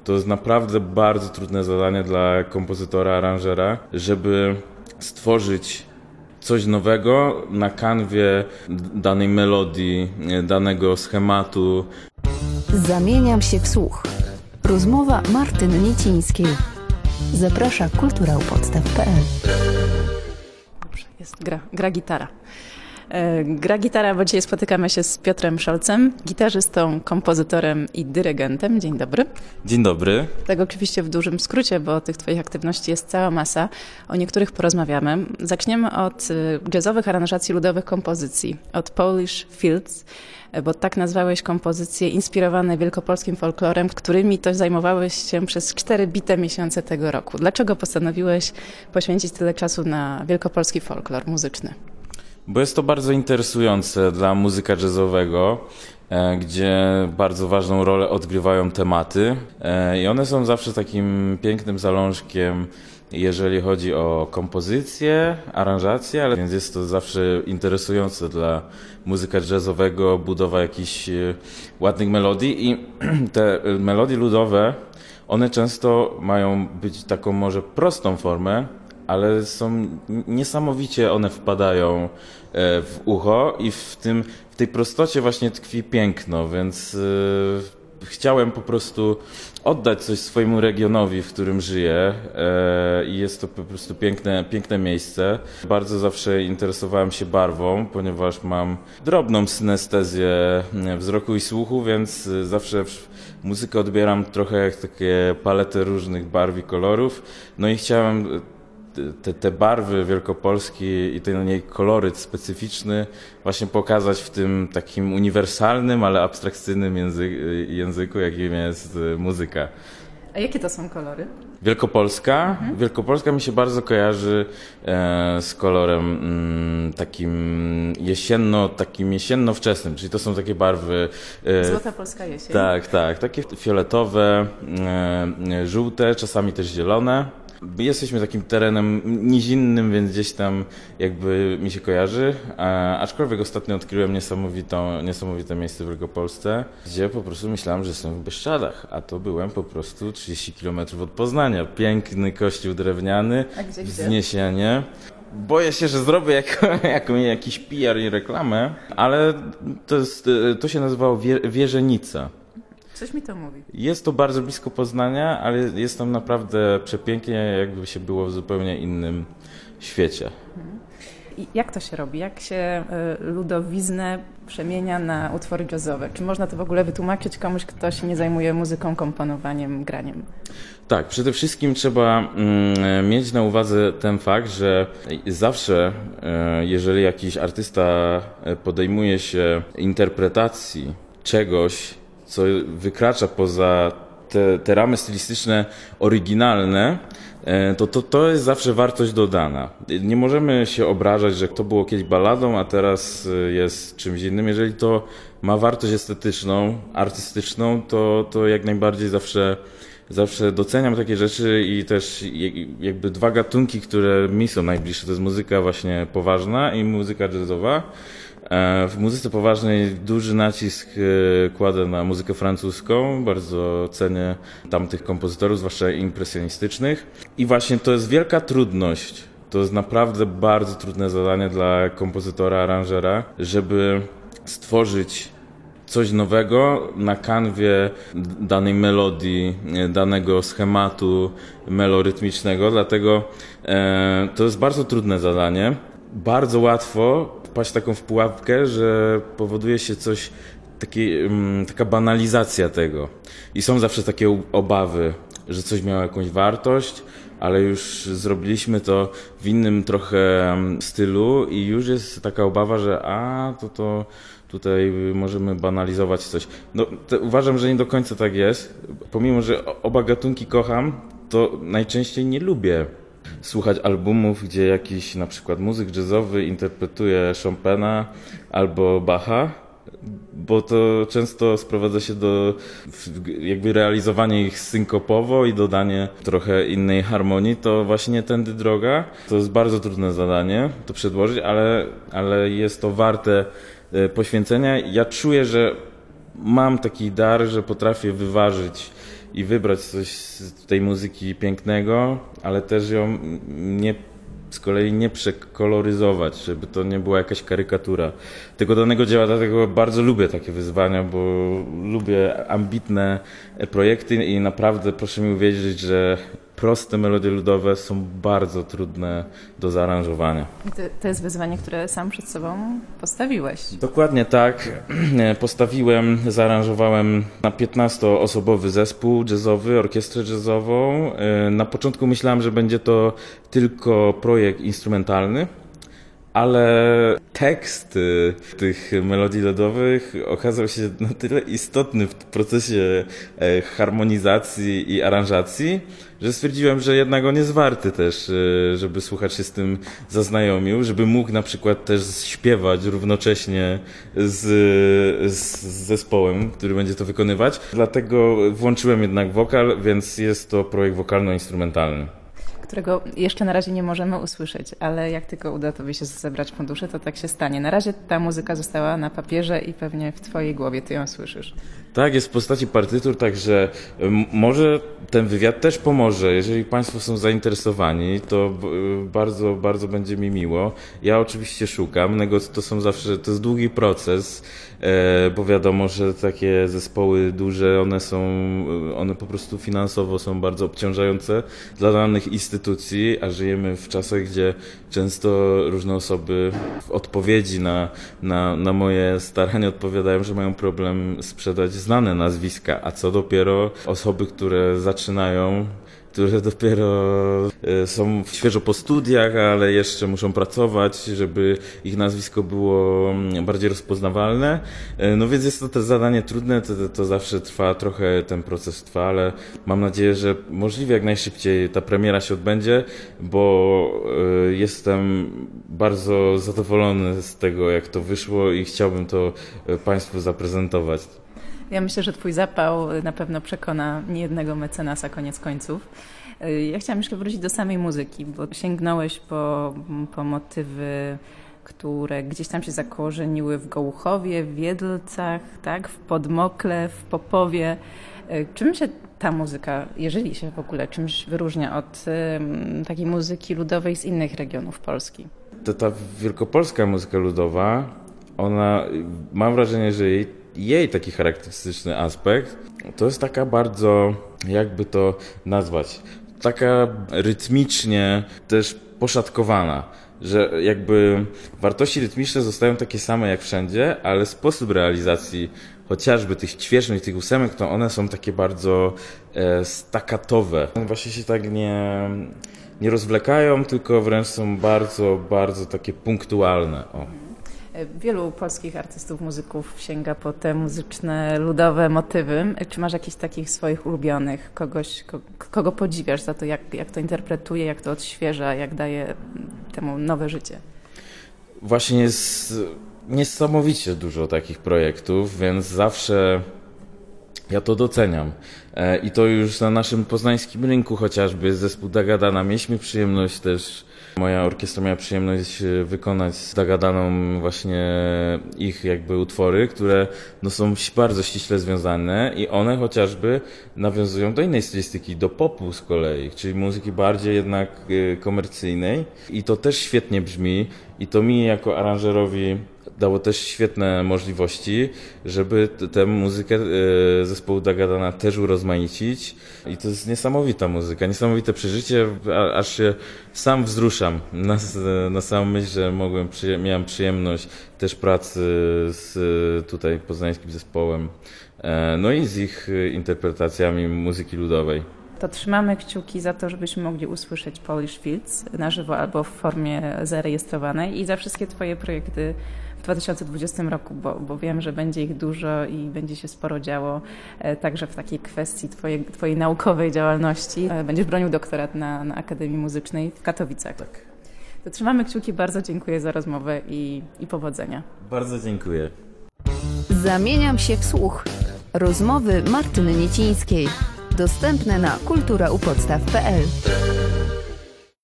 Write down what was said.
To jest naprawdę bardzo trudne zadanie dla kompozytora, aranżera, żeby stworzyć coś nowego na kanwie danej melodii, danego schematu. Zamieniam się w słuch. Rozmowa Martyny Niecińskiej. Zaprasza kulturałpodstaw.pl. Dobrze, gra gitara. Gra gitara, bo dzisiaj spotykamy się z Piotrem Szolcem, gitarzystą, kompozytorem i dyrygentem. Dzień dobry. Dzień dobry. Tak oczywiście w dużym skrócie, bo tych twoich aktywności jest cała masa. O niektórych porozmawiamy. Zaczniemy od jazzowych aranżacji ludowych kompozycji, od Polish Fields, bo tak nazwałeś kompozycje inspirowane wielkopolskim folklorem, którymi to zajmowałeś się przez 4 bite miesiące tego roku. Dlaczego postanowiłeś poświęcić tyle czasu na wielkopolski folklor muzyczny? Bo jest to bardzo interesujące dla muzyka jazzowego, gdzie bardzo ważną rolę odgrywają tematy i one są zawsze takim pięknym zalążkiem, jeżeli chodzi o kompozycję, aranżację, ale więc jest to zawsze interesujące dla muzyka jazzowego, budowa jakichś ładnych melodii i te melodie ludowe, one często mają być taką może prostą formę, ale są niesamowicie one wpadają w ucho i w tej prostocie właśnie tkwi piękno, więc chciałem po prostu oddać coś swojemu regionowi, w którym żyję i jest to po prostu piękne miejsce. Bardzo zawsze interesowałem się barwą, ponieważ mam drobną synestezję wzroku i słuchu, więc zawsze muzykę odbieram trochę jak takie palety różnych barw i kolorów. No i chciałem te barwy wielkopolskie i ten jej koloryt specyficzny właśnie pokazać w tym takim uniwersalnym, ale abstrakcyjnym języku, jakim jest muzyka. A jakie to są kolory? Wielkopolska? Wielkopolska mi się bardzo kojarzy z kolorem takim jesienno-wczesnym, czyli to są takie barwy... Złota polska jesień. Tak, takie fioletowe, żółte, czasami też zielone. Jesteśmy takim terenem nizinnym, więc gdzieś tam jakby mi się kojarzy, aczkolwiek ostatnio odkryłem niesamowite miejsce w Wielkopolsce, gdzie po prostu myślałem, że jestem w Bieszczadach, a to byłem po prostu 30 km od Poznania. Piękny kościół drewniany, wzniesienie. Boję się, że zrobię jakiś PR i reklamę, ale to się nazywało Wierzenica. Coś mi to mówi. Jest to bardzo blisko Poznania, ale jest tam naprawdę przepięknie, jakby się było w zupełnie innym świecie. I jak to się robi? Jak się ludowiznę przemienia na utwory jazzowe? Czy można to w ogóle wytłumaczyć komuś, kto się nie zajmuje muzyką, komponowaniem, graniem? Tak, przede wszystkim trzeba mieć na uwadze ten fakt, że zawsze, jeżeli jakiś artysta podejmuje się interpretacji czegoś, co wykracza poza te ramy stylistyczne oryginalne, to jest zawsze wartość dodana. Nie możemy się obrażać, że to było kiedyś balladą, a teraz jest czymś innym. Jeżeli to ma wartość estetyczną, artystyczną, to jak najbardziej zawsze doceniam takie rzeczy i też jakby dwa gatunki, które mi są najbliższe, to jest muzyka właśnie poważna i muzyka jazzowa. W muzyce poważnej duży nacisk kładę na muzykę francuską, bardzo cenię tamtych kompozytorów, zwłaszcza impresjonistycznych. I właśnie to jest wielka trudność, to jest naprawdę bardzo trudne zadanie dla kompozytora, aranżera, żeby stworzyć coś nowego na kanwie danej melodii, danego schematu melorytmicznego, dlatego to jest bardzo trudne zadanie. Bardzo łatwo wpaść w taką pułapkę, że powoduje się coś, taka banalizacja tego. I są zawsze takie obawy, że coś miało jakąś wartość, ale już zrobiliśmy to w innym trochę stylu i już jest taka obawa, że to tutaj możemy banalizować coś. No, uważam, że nie do końca tak jest. Pomimo, że oba gatunki kocham, to najczęściej nie lubię słuchać albumów, gdzie jakiś na przykład muzyk jazzowy interpretuje Chopina albo Bacha, bo to często sprowadza się do jakby realizowania ich synkopowo i dodanie trochę innej harmonii. To właśnie tędy droga. To jest bardzo trudne zadanie to przedłożyć, ale jest to warte poświęcenia. Ja czuję, że mam taki dar, że potrafię wyważyć i wybrać coś z tej muzyki pięknego, ale też ją z kolei nie przekoloryzować, żeby to nie była jakaś karykatura tego danego dzieła. Dlatego bardzo lubię takie wyzwania, bo lubię ambitne projekty i naprawdę proszę mi uwierzyć, że proste melodie ludowe są bardzo trudne do zaaranżowania. To jest wyzwanie, które sam przed sobą postawiłeś. Dokładnie tak. Zaaranżowałem na 15-osobowy zespół jazzowy, orkiestrę jazzową. Na początku myślałem, że będzie to tylko projekt instrumentalny, ale tekst tych melodii ludowych okazał się na tyle istotny w procesie harmonizacji i aranżacji, że stwierdziłem, że jednak on jest warty też, żeby słuchacz się z tym zaznajomił, żeby mógł na przykład też śpiewać równocześnie z zespołem, który będzie to wykonywać. Dlatego włączyłem jednak wokal, więc jest to projekt wokalno-instrumentalny, którego jeszcze na razie nie możemy usłyszeć, ale jak tylko uda Tobie się zebrać fundusze, to tak się stanie. Na razie ta muzyka została na papierze i pewnie w Twojej głowie Ty ją słyszysz. Tak, jest w postaci partytur, także może ten wywiad też pomoże. Jeżeli Państwo są zainteresowani, to bardzo, bardzo będzie mi miło. Ja oczywiście szukam, to jest długi proces, bo wiadomo, że takie zespoły duże, one po prostu finansowo są bardzo obciążające dla danych instytucji, a żyjemy w czasach, gdzie często różne osoby w odpowiedzi na moje starania odpowiadają, że mają problem sprzedać znane nazwiska, a co dopiero osoby, które zaczynają, które dopiero są świeżo po studiach, ale jeszcze muszą pracować, żeby ich nazwisko było bardziej rozpoznawalne. No więc jest to też zadanie trudne, to zawsze trwa, trochę ten proces trwa, ale mam nadzieję, że możliwie jak najszybciej ta premiera się odbędzie, bo jestem bardzo zadowolony z tego, jak to wyszło i chciałbym to Państwu zaprezentować. Ja myślę, że Twój zapał na pewno przekona niejednego mecenasa koniec końców. Ja chciałam jeszcze wrócić do samej muzyki, bo sięgnąłeś po motywy, które gdzieś tam się zakorzeniły w Gołuchowie, w Wiedlcach, tak? W Podmokle, w Popowie. Czym się ta muzyka, jeżeli się w ogóle czymś wyróżnia od takiej muzyki ludowej z innych regionów Polski? Ta wielkopolska muzyka ludowa, ona, mam wrażenie, że jej taki charakterystyczny aspekt to jest taka bardzo, jakby to nazwać, taka rytmicznie też poszatkowana, że jakby wartości rytmiczne zostają takie same jak wszędzie, ale sposób realizacji chociażby tych ćwierćnych, tych ósemek, to one są takie bardzo stakkatowe. Właśnie się tak nie rozwlekają, tylko wręcz są bardzo, bardzo takie punktualne. O. Wielu polskich artystów, muzyków sięga po te muzyczne, ludowe motywy. Czy masz jakichś takich swoich ulubionych, kogo podziwiasz za to, jak to interpretuje, jak to odświeża, jak daje temu nowe życie? Właśnie jest niesamowicie dużo takich projektów, więc zawsze ja to doceniam. I to już na naszym poznańskim rynku chociażby zespół Dagadana. Mieliśmy przyjemność też, moja orkiestra miała przyjemność wykonać z Dagadaną właśnie ich jakby utwory, które są bardzo ściśle związane i one chociażby nawiązują do innej stylistyki, do popu z kolei, czyli muzyki bardziej jednak komercyjnej i to też świetnie brzmi i to mi jako aranżerowi dało też świetne możliwości, żeby tę muzykę zespołu Dagadana też urozmaicić. I to jest niesamowita muzyka, niesamowite przeżycie, aż się sam wzruszam na samą myśl, że miałem przyjemność też pracy z tutaj poznańskim zespołem, no i z ich interpretacjami muzyki ludowej. To trzymamy kciuki za to, żebyśmy mogli usłyszeć Polish Fields na żywo albo w formie zarejestrowanej i za wszystkie Twoje projekty w 2020 roku, bo wiem, że będzie ich dużo i będzie się sporo działo także w takiej kwestii Twojej naukowej działalności. Będziesz bronił doktorat na Akademii Muzycznej w Katowicach. Tak. To trzymamy kciuki, bardzo dziękuję za rozmowę i powodzenia. Bardzo dziękuję. Zamieniam się w słuch. Rozmowy Martyny Niecińskiej. Dostępne na kulturaupodstaw.pl.